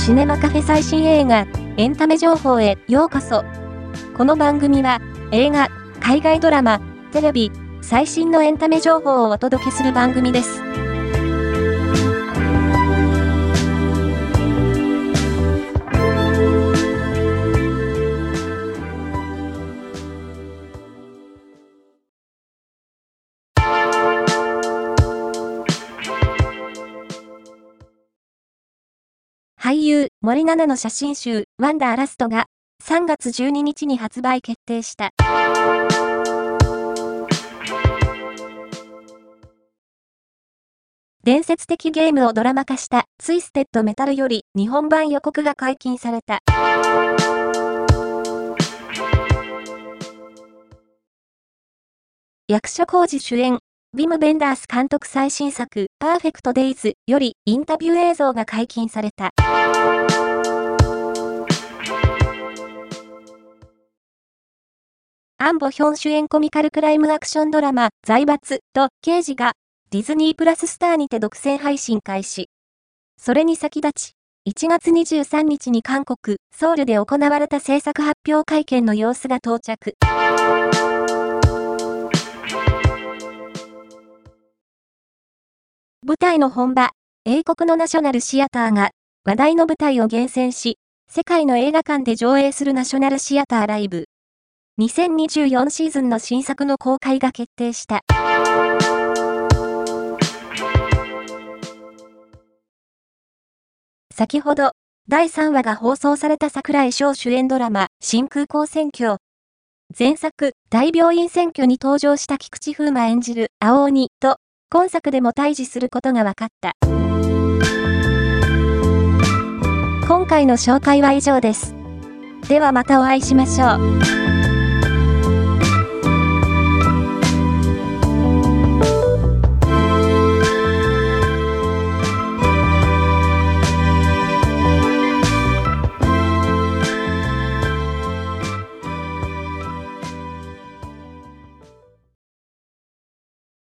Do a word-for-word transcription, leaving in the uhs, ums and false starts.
シネマカフェ最新映画、エンタメ情報へようこそ。この番組は、映画、海外ドラマ、テレビ、最新のエンタメ情報をお届けする番組です。俳優、森七菜の写真集、ワンダーラストが、さんがつじゅうににちに発売決定した。伝説的ゲームをドラマ化した、ツイステッドメタルより、日本版予告が解禁された。役所広司主演、ヴィム・ベンダース監督最新作、パーフェクト・デイズよりインタビュー映像が解禁された。アン・ボヒョン主演コミカルクライムアクションドラマ、財閥と刑事がディズニープラススターにて独占配信開始。それに先立ち、いちがつにじゅうさんにちに韓国、ソウルで行われた制作発表会見の様子が到着。舞台の本場、英国のナショナルシアターが話題の舞台を厳選し、世界の映画館で上映するナショナルシアターライブ。にせんにじゅうよんシーズンの新作の公開が決定した。先ほど、だいさんわが放送された櫻井翔主演ドラマ、新空港選挙。前作、大病院選挙に登場した菊池風磨演じる青鬼と、今作でも対峙することが分かった。今回の紹介は以上です。ではまたお会いしましょう。